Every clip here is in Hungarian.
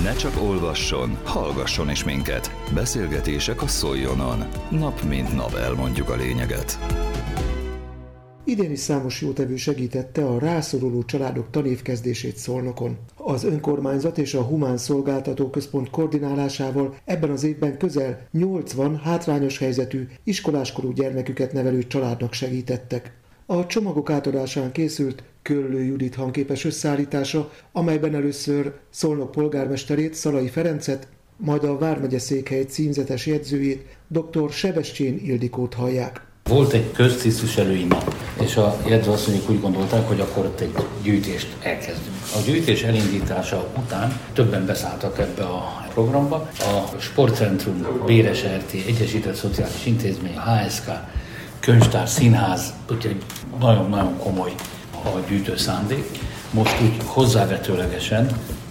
Ne csak olvasson, hallgasson is minket. Beszélgetések a Szoljonon. Nap mint nap elmondjuk a lényeget. Idén is számos jótevő segítette a rászoruló családok tanévkezdését Szolnokon. Az önkormányzat és a Humán Szolgáltató Központ koordinálásával ebben az évben közel 80 hátrányos helyzetű, iskoláskorú gyermeküket nevelő családnak segítettek. A csomagok átadásán készült Köllő Judit hangképes összeállítása, amelyben először Szolnok polgármesterét, Szalai Ferencet, majd a vármegye székhely címzetes jegyzőjét, dr. Sebestyén Ildikót hallják. Volt egy köztisztviselői nap, és a jegyzőasszonyok úgy gondolták, hogy akkor ott egy gyűjtést elkezdünk. A gyűjtés elindítása után többen beszálltak ebbe a programba. A Sportcentrum, Béres RT, Egyesített Szociális Intézmény, HSK, Könyvtár, Színház, úgyhogy nagyon-nagyon komoly a gyűjtő szándék. Most úgy hozzávetőlegesen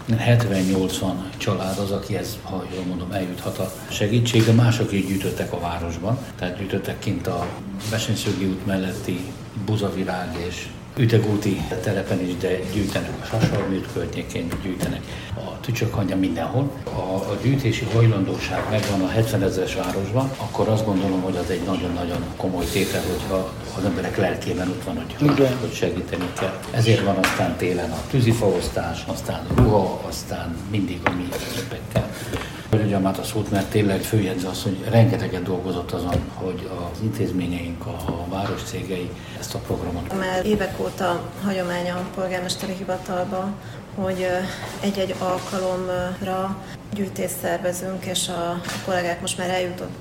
70-80 család az, akihez, ha jól mondom, eljuthat a segítség, de mások is gyűjtöttek a városban. Tehát gyűjtöttek kint a Bessenyszögi út melletti Buzavirág és Ütegúti telepen is, de gyűjtenek a Sasarműt környékén, gyűjtenek a Tücsökhangya, mindenhol. A gyűjtési hajlandóság megvan a 70 000-es városban, akkor azt gondolom, hogy az egy nagyon-nagyon komoly tétel, hogyha az emberek lelkében ott van, hogy segíteni kell. Ezért van aztán télen a tűzifaosztás, aztán ruha, aztán mindig a mi többekkel. Hogy a szót, mert tényleg főjegyző az, hogy rengeteget dolgozott azon, hogy az intézményeink, a város cégei ezt a programot. Már évek óta hagyomány a polgármesteri hivatalban, hogy egy-egy alkalomra gyűjtést szervezünk, és a kollégák most már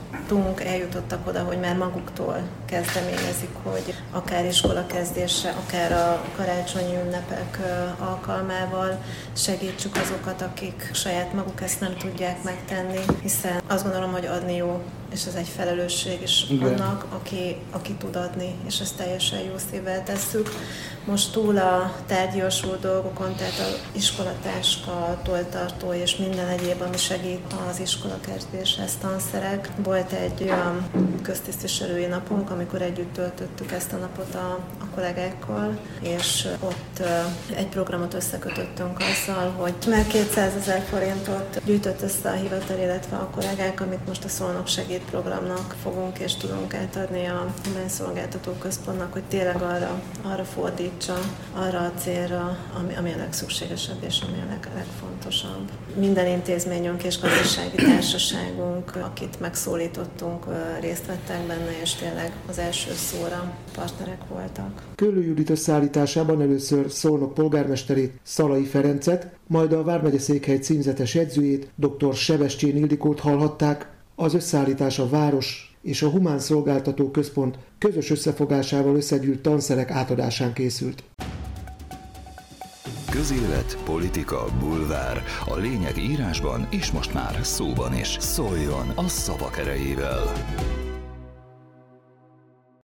eljutottak oda, hogy már maguktól kezdeményezik, hogy akár iskolakezdésre, akár a karácsonyi ünnepek alkalmával segítsük azokat, akik saját maguk ezt nem tudják megtenni, hiszen azt gondolom, hogy adni jó, és ez egy felelősség is annak, aki tud adni, és ezt teljesen jó szívvel tesszük. Most túl a tárgyasult dolgokon, tehát az iskolatáska, tolltartó és minden egyéb, ami segít az iskolakezdéshez, tanszerek. Volt egy olyan köztisztviselői napunk, amikor együtt töltöttük ezt a napot a kollégákkal, és ott egy programot összekötöttünk azzal, hogy már 200 000 forintot gyűjtött össze a hivatal, illetve a kollégák, amit most a Szolnok Segít programnak fogunk és tudunk átadni a Humán Szolgáltató Központnak, hogy tényleg arra fordítsa, arra a célra, ami a legszükségesebb és ami a legfontosabb. Minden intézményünk és gazdasági társaságunk, akit megszólítottunk, részt vettek benne, és tényleg az első szóra partnerek voltak. Köllő Judit összeállításában először Szolnok polgármesterét, Szalai Ferencet, majd a vármegye székhely címzetes jegyzőjét, dr. Sebestyén Ildikót hallhatták. Az összeállítás a város és a Humán Szolgáltató Központ közös összefogásával összegyűlt tanszerek átadásán készült. Közélet, politika, bulvár. A lényeg írásban és most már szóban is. Szóljon a szavak erejével!